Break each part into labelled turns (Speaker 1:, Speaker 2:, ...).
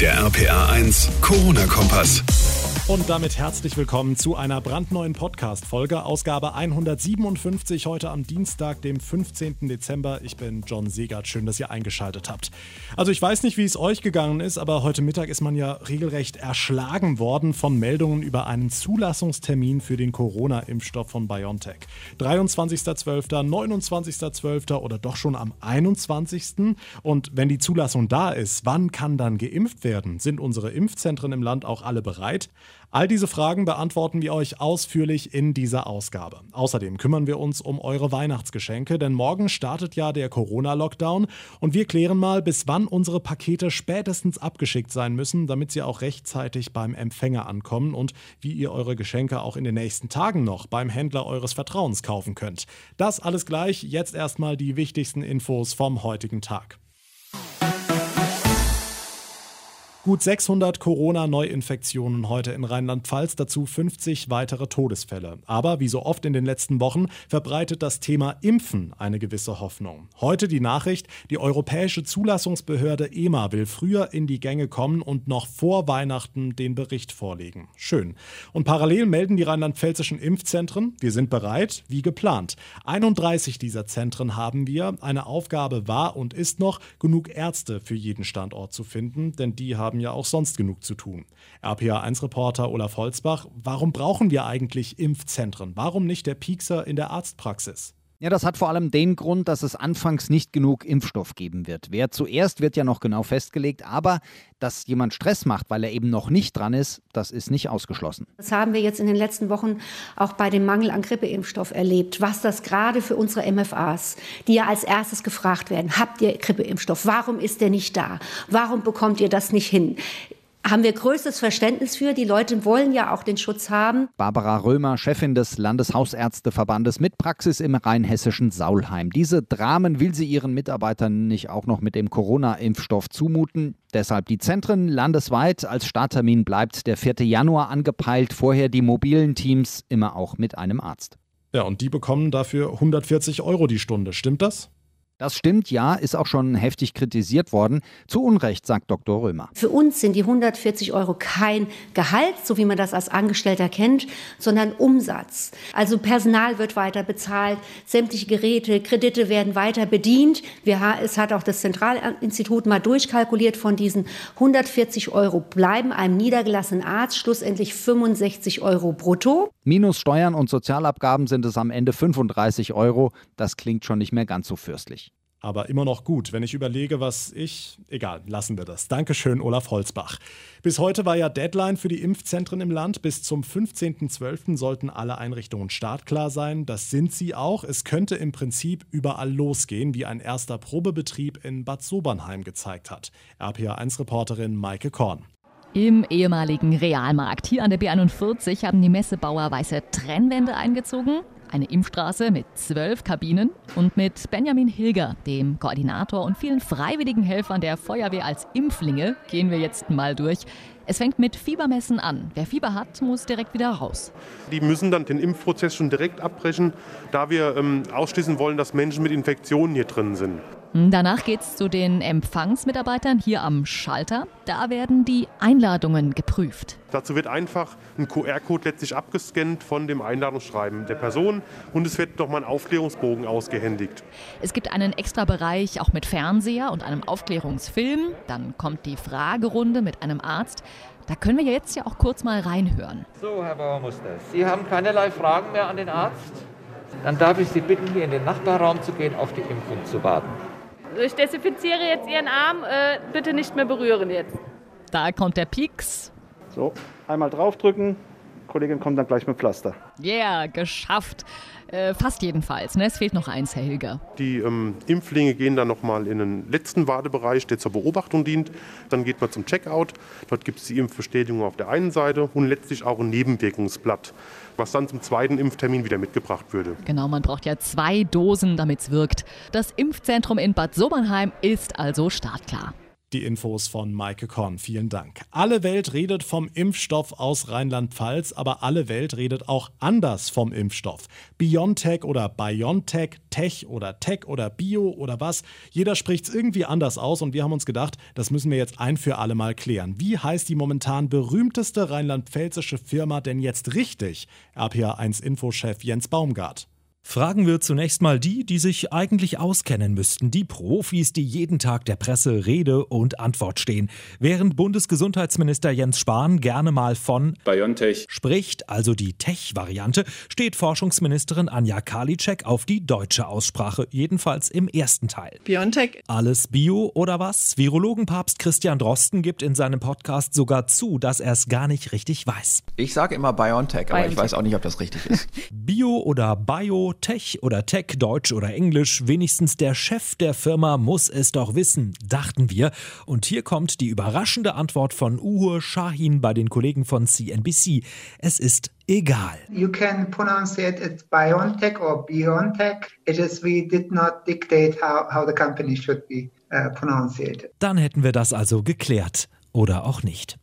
Speaker 1: Der RPA1 Corona-Kompass.
Speaker 2: Und damit herzlich willkommen zu einer brandneuen Podcast-Folge, Ausgabe 157, heute am Dienstag, dem 15. Dezember. Ich bin John Segert, schön, dass ihr eingeschaltet habt. Also ich weiß nicht, wie es euch gegangen ist, aber heute Mittag ist man ja regelrecht erschlagen worden von Meldungen über einen Zulassungstermin für den Corona-Impfstoff von BioNTech. 23.12., 29.12. oder doch schon am 21. Und wenn die Zulassung da ist, wann kann dann geimpft werden? Sind unsere Impfzentren im Land auch alle bereit? All diese Fragen beantworten wir euch ausführlich in dieser Ausgabe. Außerdem kümmern wir uns um eure Weihnachtsgeschenke, denn morgen startet ja der Corona-Lockdown und wir klären mal, bis wann unsere Pakete spätestens abgeschickt sein müssen, damit sie auch rechtzeitig beim Empfänger ankommen und wie ihr eure Geschenke auch in den nächsten Tagen noch beim Händler eures Vertrauens kaufen könnt. Das alles gleich, jetzt erstmal die wichtigsten Infos vom heutigen Tag. Gut 600 Corona-Neuinfektionen heute in Rheinland-Pfalz, dazu 50 weitere Todesfälle. Aber wie so oft in den letzten Wochen verbreitet das Thema Impfen eine gewisse Hoffnung. Heute die Nachricht, die europäische Zulassungsbehörde EMA will früher in die Gänge kommen und noch vor Weihnachten den Bericht vorlegen. Schön. Und parallel melden die rheinland-pfälzischen Impfzentren, wir sind bereit, wie geplant. 31 dieser Zentren haben wir. Eine Aufgabe war und ist noch, genug Ärzte für jeden Standort zu finden, denn die haben ja auch sonst genug zu tun. RPA1-Reporter Olaf Holzbach, warum brauchen wir eigentlich Impfzentren? Warum nicht der Piekser in der Arztpraxis?
Speaker 3: Ja, das hat vor allem den Grund, dass es anfangs nicht genug Impfstoff geben wird. Wer zuerst, wird ja noch genau festgelegt, aber dass jemand Stress macht, weil er eben noch nicht dran ist, das ist nicht ausgeschlossen.
Speaker 4: Das haben wir jetzt in den letzten Wochen auch bei dem Mangel an Grippeimpfstoff erlebt, was das gerade für unsere MFAs, die ja als erstes gefragt werden, habt ihr Grippeimpfstoff, warum ist der nicht da, warum bekommt ihr das nicht hin? Haben wir größtes Verständnis für. Die Leute wollen ja auch den Schutz haben.
Speaker 3: Barbara Römer, Chefin des Landeshausärzteverbandes mit Praxis im rheinhessischen Saulheim. Diese Dramen will sie ihren Mitarbeitern nicht auch noch mit dem Corona-Impfstoff zumuten. Deshalb die Zentren landesweit. Als Starttermin bleibt der 4. Januar angepeilt. Vorher die mobilen Teams, immer auch mit einem Arzt.
Speaker 2: Ja, und die bekommen dafür 140 € die Stunde. Stimmt das?
Speaker 3: Das stimmt, ja, ist auch schon heftig kritisiert worden. Zu Unrecht, sagt Dr. Römer.
Speaker 4: Für uns sind die 140 € kein Gehalt, so wie man das als Angestellter kennt, sondern Umsatz. Also Personal wird weiter bezahlt, sämtliche Geräte, Kredite werden weiter bedient. Es hat auch das Zentralinstitut mal durchkalkuliert, von diesen 140 € bleiben einem niedergelassenen Arzt schlussendlich 65 € brutto.
Speaker 3: Minus Steuern und Sozialabgaben sind es am Ende 35 €. Das klingt schon nicht mehr ganz so fürstlich.
Speaker 2: Aber immer noch gut, wenn ich überlege, egal, lassen wir das. Dankeschön, Olaf Holzbach. Bis heute war ja Deadline für die Impfzentren im Land. Bis zum 15.12. sollten alle Einrichtungen startklar sein. Das sind sie auch. Es könnte im Prinzip überall losgehen, wie ein erster Probebetrieb in Bad Sobernheim gezeigt hat. RPA1-Reporterin Maike Korn.
Speaker 5: Im ehemaligen Realmarkt hier an der B41 haben die Messebauer weiße Trennwände eingezogen, eine Impfstraße mit 12 Kabinen und mit Benjamin Hilger, dem Koordinator und vielen freiwilligen Helfern der Feuerwehr als Impflinge, gehen wir jetzt mal durch. Es fängt mit Fiebermessen an. Wer Fieber hat, muss direkt wieder raus.
Speaker 6: Die müssen dann den Impfprozess schon direkt abbrechen, da wir ausschließen wollen, dass Menschen mit Infektionen hier drin sind.
Speaker 5: Danach geht's zu den Empfangsmitarbeitern hier am Schalter. Da werden die Einladungen geprüft.
Speaker 6: Dazu wird einfach ein QR-Code letztlich abgescannt von dem Einladungsschreiben der Person und es wird nochmal ein Aufklärungsbogen ausgehändigt.
Speaker 5: Es gibt einen extra Bereich auch mit Fernseher und einem Aufklärungsfilm. Dann kommt die Fragerunde mit einem Arzt. Da können wir jetzt ja auch kurz mal reinhören.
Speaker 7: So, Herr Bauermuster, Sie haben keinerlei Fragen mehr an den Arzt? Dann darf ich Sie bitten, hier in den Nachbarraum zu gehen, auf die Impfung zu warten.
Speaker 8: Ich desinfiziere jetzt Ihren Arm, bitte nicht mehr berühren jetzt.
Speaker 5: Da kommt der Pieks.
Speaker 9: So, einmal draufdrücken, Kollegin kommt dann gleich mit Pflaster.
Speaker 5: Yeah, geschafft. Fast jedenfalls, ne? Es fehlt noch eins, Herr Hilger.
Speaker 6: Die Impflinge gehen dann nochmal in den letzten Wartebereich, der zur Beobachtung dient. Dann geht man zum Checkout. Dort gibt es die Impfbestätigung auf der einen Seite und letztlich auch ein Nebenwirkungsblatt, was dann zum zweiten Impftermin wieder mitgebracht würde.
Speaker 5: Genau, man braucht ja 2 Dosen, damit es wirkt. Das Impfzentrum in Bad Sobernheim ist also startklar.
Speaker 2: Die Infos von Maike Korn, vielen Dank. Alle Welt redet vom Impfstoff aus Rheinland-Pfalz, aber alle Welt redet auch anders vom Impfstoff. BioNTech oder BioNTech, Tech oder Tech oder Bio oder was. Jeder spricht es irgendwie anders aus und wir haben uns gedacht, das müssen wir jetzt ein für alle Mal klären. Wie heißt die momentan berühmteste rheinland-pfälzische Firma denn jetzt richtig? RPA1-Infochef Jens Baumgart.
Speaker 10: Fragen wir zunächst mal die sich eigentlich auskennen müssten. Die Profis, die jeden Tag der Presse Rede und Antwort stehen. Während Bundesgesundheitsminister Jens Spahn gerne mal von
Speaker 11: BioNTech
Speaker 10: spricht, also die Tech-Variante, steht Forschungsministerin Anja Karliczek auf die deutsche Aussprache, jedenfalls im ersten Teil.
Speaker 12: BioNTech.
Speaker 10: Alles Bio oder was? Virologenpapst Christian Drosten gibt in seinem Podcast sogar zu, dass er es gar nicht richtig weiß.
Speaker 13: Ich sage immer BioNTech, aber ich weiß auch nicht, ob das richtig ist.
Speaker 10: Bio oder Bio, Tech oder Tech, Deutsch oder Englisch, wenigstens der Chef der Firma muss es doch wissen, dachten wir. Und hier kommt die überraschende Antwort von Uhur Shahin bei den Kollegen von CNBC. Es ist egal.
Speaker 14: You can pronounce it as BioNTech or BioNTech. It is, we did not dictate how the company should be pronounced.
Speaker 10: Dann hätten wir das also geklärt. Oder auch nicht.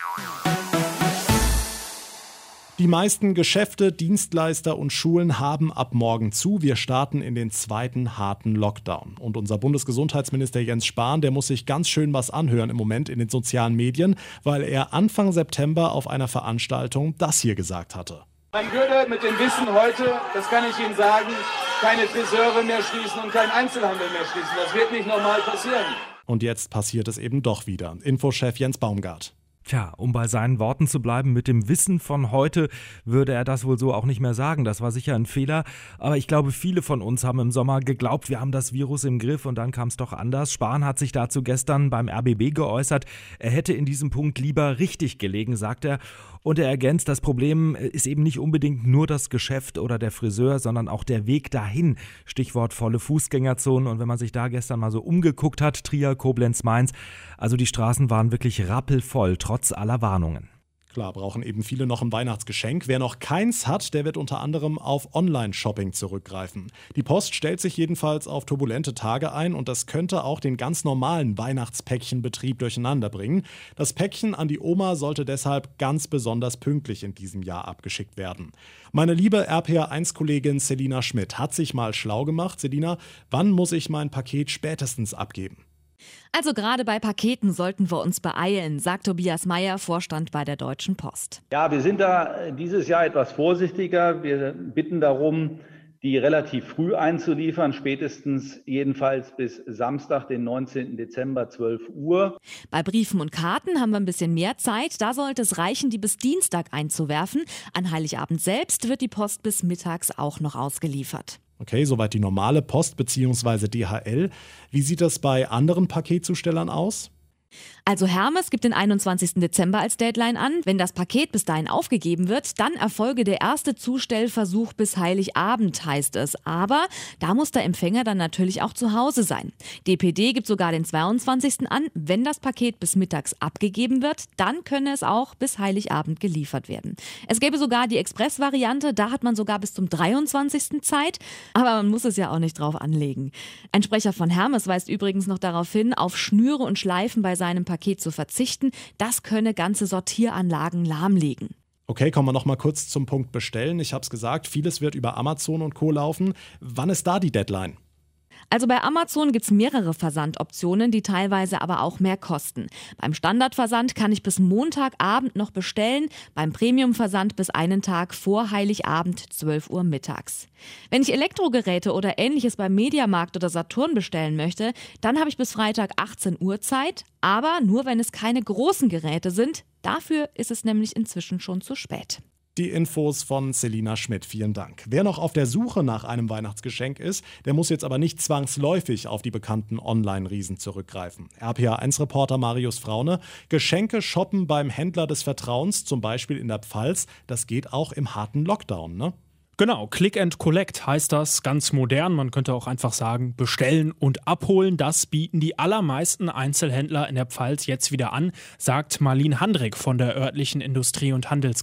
Speaker 2: Die meisten Geschäfte, Dienstleister und Schulen haben ab morgen zu. Wir starten in den zweiten harten Lockdown. Und unser Bundesgesundheitsminister Jens Spahn, der muss sich ganz schön was anhören im Moment in den sozialen Medien, weil er Anfang September auf einer Veranstaltung das hier gesagt hatte.
Speaker 15: Man würde mit dem Wissen heute, das kann ich Ihnen sagen, keine Friseure mehr schließen und keinen Einzelhandel mehr schließen. Das wird nicht normal passieren.
Speaker 2: Und jetzt passiert es eben doch wieder. Infochef Jens Baumgart.
Speaker 10: Tja, um bei seinen Worten zu bleiben, mit dem Wissen von heute würde er das wohl so auch nicht mehr sagen. Das war sicher ein Fehler, aber ich glaube, viele von uns haben im Sommer geglaubt, wir haben das Virus im Griff und dann kam es doch anders. Spahn hat sich dazu gestern beim RBB geäußert. Er hätte in diesem Punkt lieber richtig gelegen, sagt er. Und er ergänzt, das Problem ist eben nicht unbedingt nur das Geschäft oder der Friseur, sondern auch der Weg dahin. Stichwort volle Fußgängerzonen. Und wenn man sich da gestern mal so umgeguckt hat, Trier, Koblenz, Mainz, also die Straßen waren wirklich rappelvoll, trotz aller Warnungen.
Speaker 2: Klar, brauchen eben viele noch ein Weihnachtsgeschenk. Wer noch keins hat, der wird unter anderem auf Online-Shopping zurückgreifen. Die Post stellt sich jedenfalls auf turbulente Tage ein und das könnte auch den ganz normalen Weihnachtspäckchenbetrieb durcheinander bringen. Das Päckchen an die Oma sollte deshalb ganz besonders pünktlich in diesem Jahr abgeschickt werden. Meine liebe RPA1-Kollegin Selina Schmidt hat sich mal schlau gemacht. Selina, wann muss ich mein Paket spätestens abgeben?
Speaker 5: Also gerade bei Paketen sollten wir uns beeilen, sagt Tobias Meyer, Vorstand bei der Deutschen Post.
Speaker 16: Ja, wir sind da dieses Jahr etwas vorsichtiger. Wir bitten darum, die relativ früh einzuliefern, spätestens jedenfalls bis Samstag, den 19. Dezember, 12 Uhr.
Speaker 5: Bei Briefen und Karten haben wir ein bisschen mehr Zeit. Da sollte es reichen, die bis Dienstag einzuwerfen. An Heiligabend selbst wird die Post bis mittags auch noch ausgeliefert.
Speaker 2: Okay, soweit die normale Post bzw. DHL. Wie sieht das bei anderen Paketzustellern aus?
Speaker 5: Also Hermes gibt den 21. Dezember als Deadline an. Wenn das Paket bis dahin aufgegeben wird, dann erfolge der erste Zustellversuch bis Heiligabend, heißt es. Aber da muss der Empfänger dann natürlich auch zu Hause sein. DPD gibt sogar den 22. an. Wenn das Paket bis mittags abgegeben wird, dann könne es auch bis Heiligabend geliefert werden. Es gäbe sogar die Express-Variante, da hat man sogar bis zum 23. Zeit. Aber man muss es ja auch nicht drauf anlegen. Ein Sprecher von Hermes weist übrigens noch darauf hin, auf Schnüre und Schleifen bei seinem Paket zu verzichten. Das könne ganze Sortieranlagen lahmlegen.
Speaker 2: Okay, kommen wir noch mal kurz zum Punkt Bestellen. Ich habe es gesagt, vieles wird über Amazon und Co. laufen. Wann ist da die Deadline?
Speaker 5: Also bei Amazon gibt es mehrere Versandoptionen, die teilweise aber auch mehr kosten. Beim Standardversand kann ich bis Montagabend noch bestellen, beim Premiumversand bis einen Tag vor Heiligabend 12 Uhr mittags. Wenn ich Elektrogeräte oder Ähnliches beim Mediamarkt oder Saturn bestellen möchte, dann habe ich bis Freitag 18 Uhr Zeit, aber nur wenn es keine großen Geräte sind. Dafür ist es nämlich inzwischen schon zu spät.
Speaker 2: Die Infos von Selina Schmidt, vielen Dank. Wer noch auf der Suche nach einem Weihnachtsgeschenk ist, der muss jetzt aber nicht zwangsläufig auf die bekannten Online-Riesen zurückgreifen. RPA1-Reporter Marius Fraune, Geschenke shoppen beim Händler des Vertrauens, zum Beispiel in der Pfalz, das geht auch im harten Lockdown, ne?
Speaker 17: Genau, Click and Collect heißt das, ganz modern. Man könnte auch einfach sagen, bestellen und abholen. Das bieten die allermeisten Einzelhändler in der Pfalz jetzt wieder an, sagt Marlene Handrick von der örtlichen Industrie- und Handelskammer.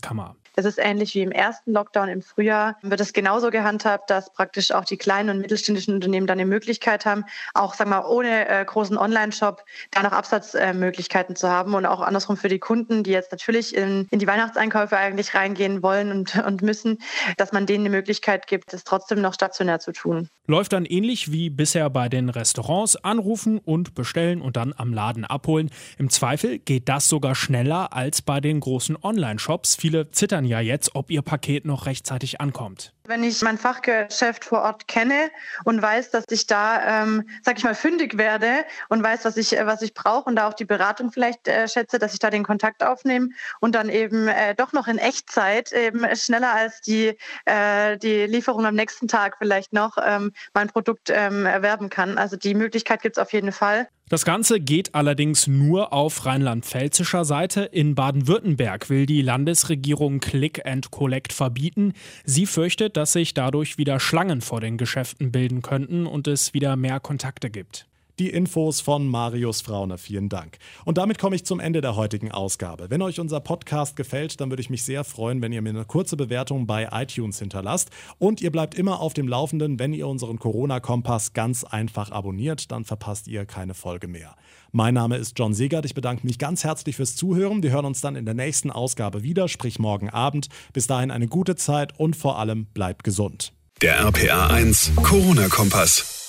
Speaker 11: Das ist ähnlich wie im ersten Lockdown im Frühjahr. Wird es genauso gehandhabt, dass praktisch auch die kleinen und mittelständischen Unternehmen dann eine Möglichkeit haben, auch ohne großen Online-Shop da noch Absatzmöglichkeiten zu haben und auch andersrum für die Kunden, die jetzt natürlich in die Weihnachtseinkäufe eigentlich reingehen wollen und müssen, dass man denen eine Möglichkeit gibt, es trotzdem noch stationär zu tun.
Speaker 17: Läuft dann ähnlich wie bisher bei den Restaurants: anrufen und bestellen und dann am Laden abholen. Im Zweifel geht das sogar schneller als bei den großen Online-Shops. Viele zittern ja jetzt, ob ihr Paket noch rechtzeitig ankommt.
Speaker 11: Wenn ich mein Fachgeschäft vor Ort kenne und weiß, dass ich da, fündig werde und weiß, was ich brauche und da auch die Beratung vielleicht schätze, dass ich da den Kontakt aufnehme und dann eben doch noch in Echtzeit eben schneller als die Lieferung am nächsten Tag vielleicht noch mein Produkt erwerben kann. Also die Möglichkeit gibt es auf jeden Fall.
Speaker 17: Das Ganze geht allerdings nur auf rheinland-pfälzischer Seite. In Baden-Württemberg will die Landesregierung Click and Collect verbieten. Sie fürchtet, dass sich dadurch wieder Schlangen vor den Geschäften bilden könnten und es wieder mehr Kontakte gibt.
Speaker 2: Die Infos von Marius Frauner, vielen Dank. Und damit komme ich zum Ende der heutigen Ausgabe. Wenn euch unser Podcast gefällt, dann würde ich mich sehr freuen, wenn ihr mir eine kurze Bewertung bei iTunes hinterlasst. Und ihr bleibt immer auf dem Laufenden, wenn ihr unseren Corona-Kompass ganz einfach abonniert, dann verpasst ihr keine Folge mehr. Mein Name ist John Segert, ich bedanke mich ganz herzlich fürs Zuhören. Wir hören uns dann in der nächsten Ausgabe wieder, sprich morgen Abend. Bis dahin eine gute Zeit und vor allem bleibt gesund.
Speaker 1: Der RPA 1 Corona-Kompass.